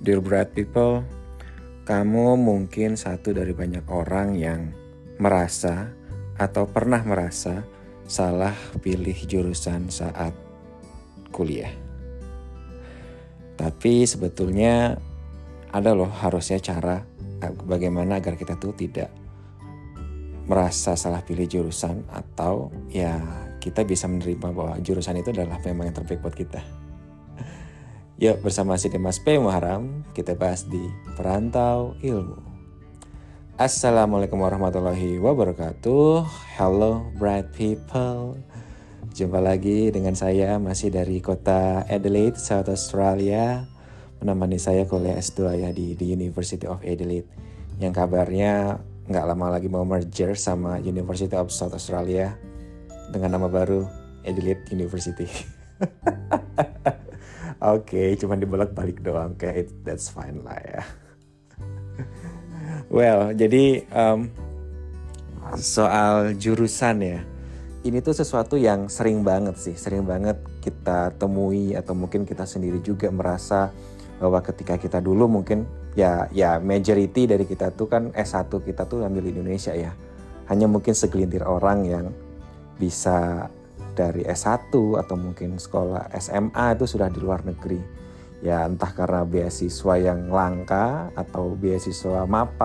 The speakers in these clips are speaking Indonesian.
Dear bright people, kamu mungkin satu dari banyak orang yang merasa atau pernah merasa salah pilih jurusan saat kuliah. Tapi sebetulnya ada loh harusnya cara bagaimana agar kita tuh tidak merasa salah pilih jurusan, atau ya kita bisa menerima bahwa jurusan itu adalah memang yang terbaik buat kita. Yuk, bersama si Dimas P. Muharam, kita bahas di Perantau Ilmu. Assalamualaikum warahmatullahi wabarakatuh. Hello bright people. Jumpa lagi dengan saya masih dari kota Adelaide, South Australia. Menemani saya kuliah S2 ya di University of Adelaide. Yang kabarnya gak lama lagi mau merger sama University of South Australia dengan nama baru Adelaide University. Oke, cuman dibolak-balik doang, kayak that's fine lah ya. Well, jadi soal jurusan ya, ini tuh sesuatu yang sering banget kita temui, atau mungkin kita sendiri juga merasa bahwa ketika kita dulu mungkin ya majority dari kita tuh kan S1 kita tuh ambil di Indonesia ya. Hanya mungkin segelintir orang yang bisa dari S1 atau mungkin sekolah SMA itu sudah di luar negeri. Ya entah karena beasiswa yang langka atau beasiswa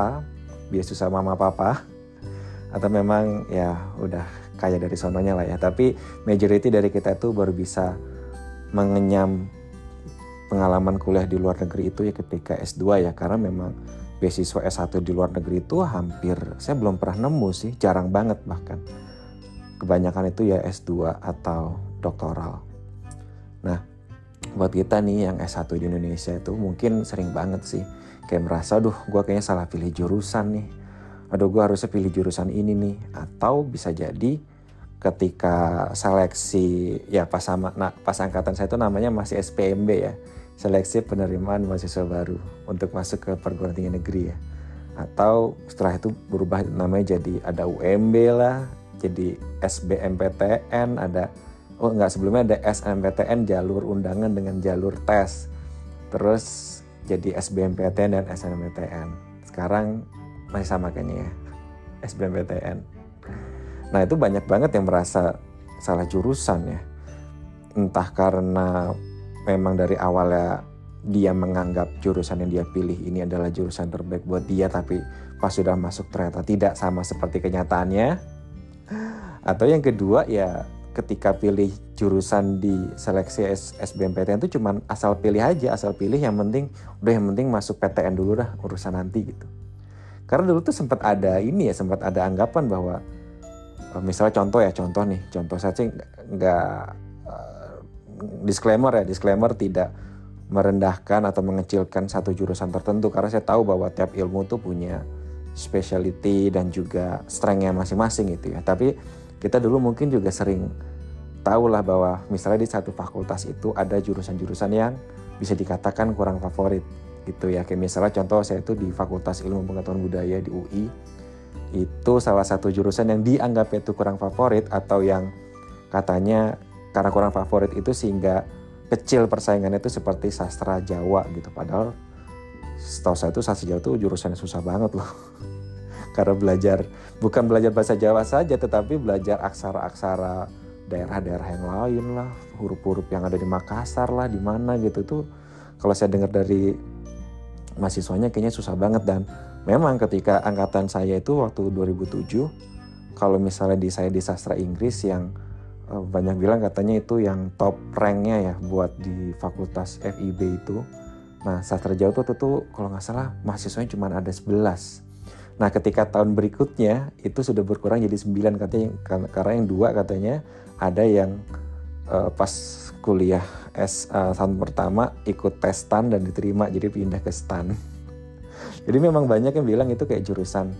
mama papa, atau memang ya udah kaya dari sononya lah ya. Tapi majority dari kita itu baru bisa mengenyam pengalaman kuliah di luar negeri itu ya ketika S2 ya. Karena memang beasiswa S1 di luar negeri itu hampir saya belum pernah nemu sih, jarang banget bahkan. Kebanyakan itu ya S2 atau doktoral. Nah, buat kita nih yang S1 di Indonesia itu mungkin sering banget sih kayak merasa, aduh gue kayaknya salah pilih jurusan nih. Aduh gue harusnya pilih jurusan ini nih. Atau bisa jadi ketika seleksi, ya pas angkatan saya itu namanya masih SPMB ya. Seleksi penerimaan mahasiswa baru untuk masuk ke perguruan tinggi negeri ya. Atau setelah itu berubah namanya jadi ada UMB lah, jadi SBMPTN, sebelumnya ada SNMPTN jalur undangan dengan jalur tes, terus jadi SBMPTN dan SNMPTN. Sekarang masih sama kayaknya ya, SBMPTN. Nah itu banyak banget yang merasa salah jurusan ya, entah karena memang dari awalnya dia menganggap jurusan yang dia pilih ini adalah jurusan terbaik buat dia, tapi pas sudah masuk ternyata tidak sama seperti kenyataannya. Atau yang kedua ya ketika pilih jurusan di seleksi SBMPTN itu cuman asal pilih yang penting masuk PTN dulu dah, urusan nanti gitu. Karena dulu tuh sempat ada anggapan bahwa misalnya contoh saja nggak disclaimer tidak merendahkan atau mengecilkan satu jurusan tertentu, karena saya tahu bahwa tiap ilmu tuh punya specialty dan juga strength-nya masing-masing gitu ya. Tapi kita dulu mungkin juga sering tahu lah bahwa misalnya di satu fakultas itu ada jurusan-jurusan yang bisa dikatakan kurang favorit gitu ya. Kayak misalnya contoh saya itu di Fakultas Ilmu Pengetahuan Budaya di UI, itu salah satu jurusan yang dianggap itu kurang favorit, atau yang katanya karena kurang favorit itu sehingga kecil persaingannya itu seperti sastra Jawa gitu. Padahal setahu saya itu sastra Jawa itu jurusan yang susah banget loh. Karena bukan belajar bahasa Jawa saja, tetapi belajar aksara-aksara daerah-daerah yang lain lah, huruf-huruf yang ada di Makassar lah, di mana gitu tuh. Kalau saya dengar dari mahasiswanya kayaknya susah banget. Dan memang ketika angkatan saya itu waktu 2007, kalau misalnya saya di sastra Inggris yang banyak bilang katanya itu yang top ranknya ya buat di fakultas FIB itu. Nah sastra Jawa tuh kalau nggak salah mahasiswanya cuma ada 11. Nah ketika tahun berikutnya itu sudah berkurang jadi 9 katanya, karena yang 2 katanya ada yang pas kuliah tahun pertama ikut tes STAN dan diterima, jadi pindah ke STAN. Jadi memang banyak yang bilang itu kayak jurusan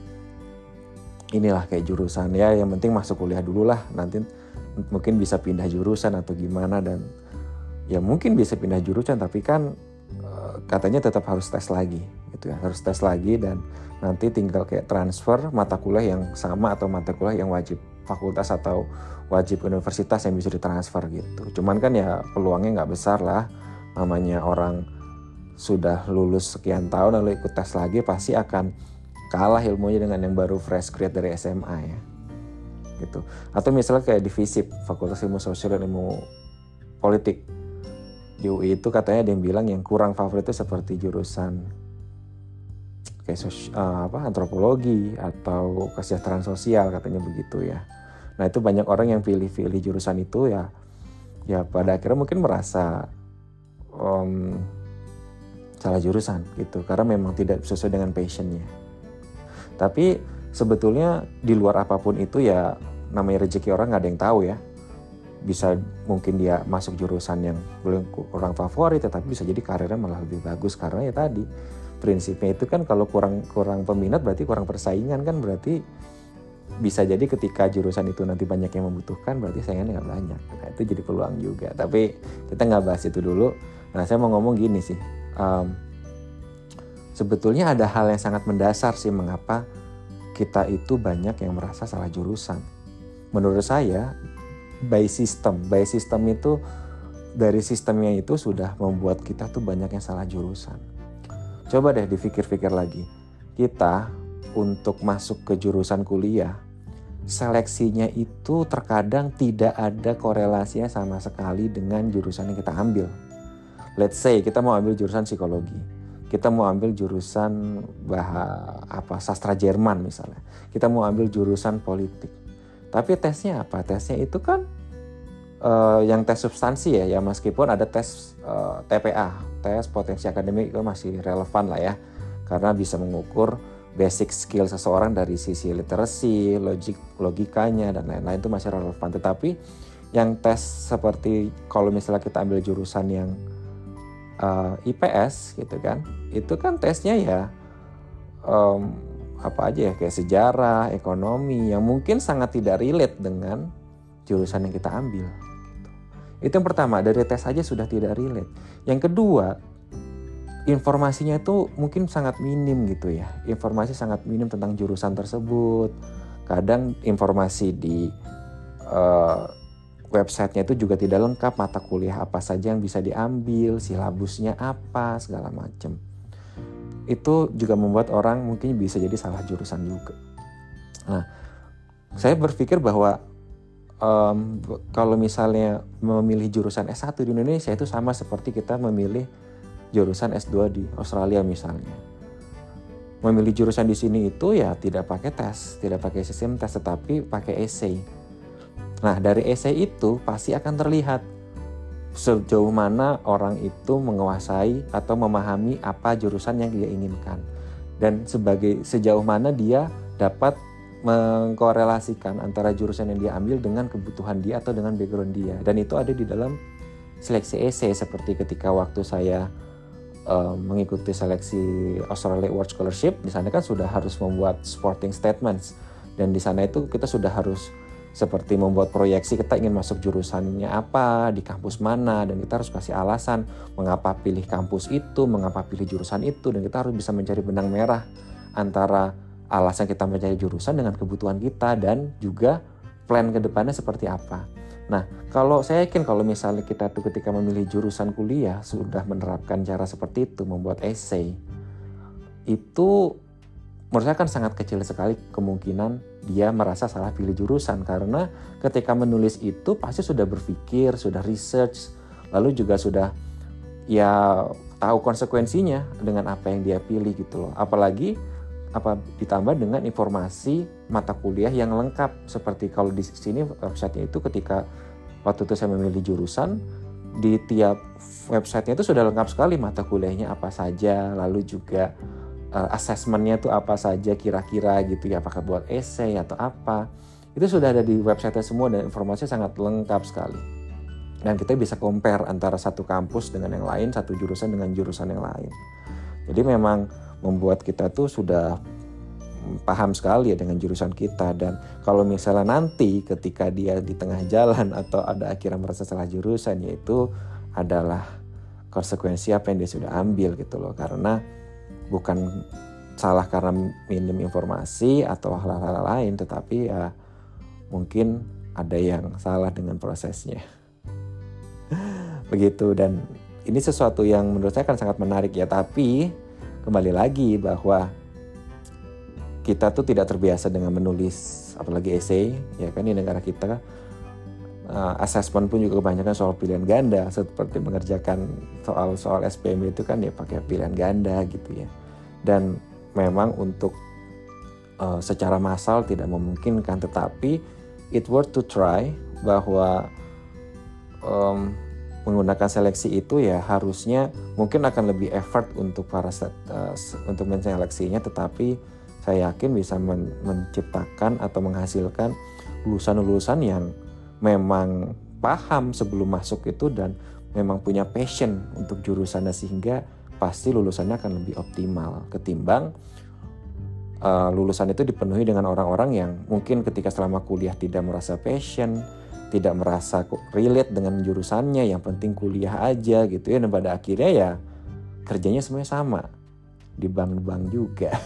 ya yang penting masuk kuliah dulu lah, nanti mungkin bisa pindah jurusan atau gimana. Dan ya mungkin bisa pindah jurusan, tapi kan katanya tetap harus tes lagi gitu ya, harus tes lagi, dan nanti tinggal kayak transfer mata kuliah yang sama atau mata kuliah yang wajib fakultas atau wajib universitas yang bisa ditransfer gitu. Cuman kan ya peluangnya nggak besar lah, namanya orang sudah lulus sekian tahun lalu ikut tes lagi, pasti akan kalah ilmunya dengan yang baru fresh grade dari SMA ya gitu. Atau misalnya kayak di FISIP, Fakultas Ilmu Sosial dan Ilmu Politik di UI itu, katanya ada yang bilang yang kurang favorit itu seperti jurusan kayak antropologi atau kesejahteraan sosial, katanya begitu ya. Nah itu banyak orang yang pilih-pilih jurusan itu ya pada akhirnya mungkin merasa salah jurusan gitu, karena memang tidak sesuai dengan passionnya. Tapi sebetulnya di luar apapun itu ya namanya rezeki orang nggak ada yang tahu ya. Bisa mungkin dia masuk jurusan yang kurang favorit, tetapi bisa jadi karirnya malah lebih bagus, karena ya tadi prinsipnya itu kan kalau kurang peminat berarti kurang persaingan kan, berarti bisa jadi ketika jurusan itu nanti banyak yang membutuhkan berarti saingannya nggak banyak. Nah, itu jadi peluang juga. Tapi kita nggak bahas itu dulu. Nah saya mau ngomong gini sih, sebetulnya ada hal yang sangat mendasar sih mengapa kita itu banyak yang merasa salah jurusan. Menurut saya by system itu, dari sistemnya itu sudah membuat kita tuh banyak yang salah jurusan. Coba deh dipikir-pikir lagi. Kita untuk masuk ke jurusan kuliah, seleksinya itu terkadang tidak ada korelasinya sama sekali dengan jurusan yang kita ambil. Let's say kita mau ambil jurusan psikologi. Kita mau ambil jurusan sastra Jerman misalnya. Kita mau ambil jurusan politik. Tapi tesnya apa? Tesnya itu kan yang tes substansi ya meskipun ada tes TPA, tes potensi akademik, itu masih relevan lah ya, karena bisa mengukur basic skill seseorang dari sisi literasi, logikanya dan lain-lain, itu masih relevan. Tetapi yang tes seperti kalau misalnya kita ambil jurusan yang IPS gitu kan, itu kan tesnya ya apa aja ya, kayak sejarah, ekonomi, yang mungkin sangat tidak relate dengan jurusan yang kita ambil. Itu yang pertama, dari tes aja sudah tidak relate. Yang kedua, informasinya itu mungkin sangat minim gitu ya. Informasi sangat minim tentang jurusan tersebut. Kadang informasi di websitenya itu juga tidak lengkap, mata kuliah apa saja yang bisa diambil, silabusnya apa, segala macam. Itu juga membuat orang mungkin bisa jadi salah jurusan juga. Nah, saya berpikir bahwa kalau misalnya memilih jurusan S1 di Indonesia itu sama seperti kita memilih jurusan S2 di Australia misalnya. Memilih jurusan di sini itu ya tidak pakai tes, tidak pakai sistem tes, tetapi pakai essay. Nah, dari essay itu pasti akan terlihat sejauh mana orang itu menguasai atau memahami apa jurusan yang dia inginkan. Dan sejauh mana dia dapat mengkorelasikan antara jurusan yang dia ambil dengan kebutuhan dia atau dengan background dia. Dan itu ada di dalam seleksi essay, seperti ketika waktu saya mengikuti seleksi Australia Award Scholarship, di sana kan sudah harus membuat supporting statements, dan di sana itu kita sudah harus seperti membuat proyeksi kita ingin masuk jurusannya apa, di kampus mana, dan kita harus kasih alasan mengapa pilih kampus itu, mengapa pilih jurusan itu, dan kita harus bisa mencari benang merah antara alasan kita mencari jurusan dengan kebutuhan kita dan juga plan ke depannya seperti apa. Nah, kalau saya yakin kalau misalnya kita tuh ketika memilih jurusan kuliah sudah menerapkan cara seperti itu, membuat essay, itu menurut saya kan sangat kecil sekali kemungkinan dia merasa salah pilih jurusan, karena ketika menulis itu pasti sudah berpikir, sudah research, lalu juga sudah ya tahu konsekuensinya dengan apa yang dia pilih gitu loh. Apalagi ditambah dengan informasi mata kuliah yang lengkap, seperti kalau di sini websitenya itu ketika waktu itu saya memilih jurusan, di tiap websitenya itu sudah lengkap sekali mata kuliahnya apa saja, lalu juga assessmentnya itu apa saja kira-kira gitu ya, apakah buat essay atau apa, itu sudah ada di websitenya semua dan informasinya sangat lengkap sekali. Dan kita bisa compare antara satu kampus dengan yang lain, satu jurusan dengan jurusan yang lain. Jadi memang membuat kita tuh sudah paham sekali ya dengan jurusan kita. Dan kalau misalnya nanti ketika dia di tengah jalan atau ada akhirnya merasa salah jurusan, yaitu adalah konsekuensi apa yang dia sudah ambil gitu loh. Karena bukan salah karena minim informasi atau hal-hal lain, tetapi ya mungkin ada yang salah dengan prosesnya. Begitu. Dan ini sesuatu yang menurut saya kan sangat menarik ya, tapi kembali lagi bahwa kita tuh tidak terbiasa dengan menulis apalagi essay ya kan. Di negara kita assessment pun juga kebanyakan soal pilihan ganda, seperti mengerjakan soal SPM itu kan ya pakai pilihan ganda gitu ya. Dan memang untuk secara massal tidak memungkinkan, tetapi it worth to try bahwa menggunakan seleksi itu ya harusnya mungkin akan lebih effort untuk untuk menseleksinya, tetapi saya yakin bisa menciptakan atau menghasilkan lulusan-lulusan yang memang paham sebelum masuk itu dan memang punya passion untuk jurusannya, sehingga pasti lulusannya akan lebih optimal ketimbang lulusan itu dipenuhi dengan orang-orang yang mungkin ketika selama kuliah tidak merasa passion, tidak merasa relate dengan jurusannya, yang penting kuliah aja gitu ya, dan pada akhirnya ya kerjanya semuanya sama di bank-bank juga.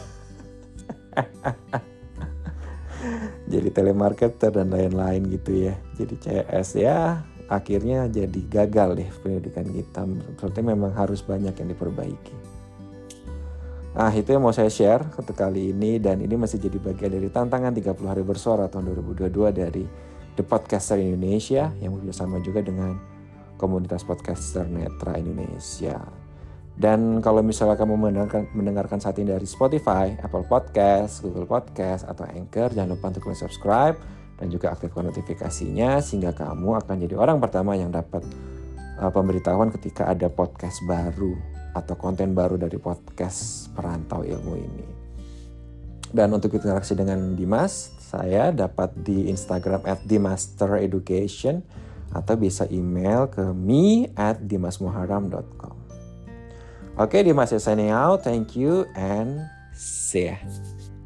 Jadi telemarketer dan lain-lain gitu ya, jadi CS ya, akhirnya jadi gagal deh pendidikan kita. Berarti memang harus banyak yang diperbaiki. Nah, itu yang mau saya share untuk kali ini, dan ini masih jadi bagian dari tantangan 30 hari bersuara tahun 2022 dari The Podcaster Indonesia yang bekerjasama juga dengan komunitas podcaster Netra Indonesia. Dan kalau misalnya kamu mendengarkan saat ini dari Spotify, Apple Podcast, Google Podcast, atau Anchor, jangan lupa untuk subscribe dan juga aktifkan notifikasinya sehingga kamu akan jadi orang pertama yang dapat pemberitahuan ketika ada podcast baru atau konten baru dari podcast Perantau Ilmu ini. Dan untuk interaksi dengan Dimas, saya dapat di Instagram @dimastereducation atau bisa email ke me@dimasmuharam.com. Oke, Dimas signing out. Thank you and see ya.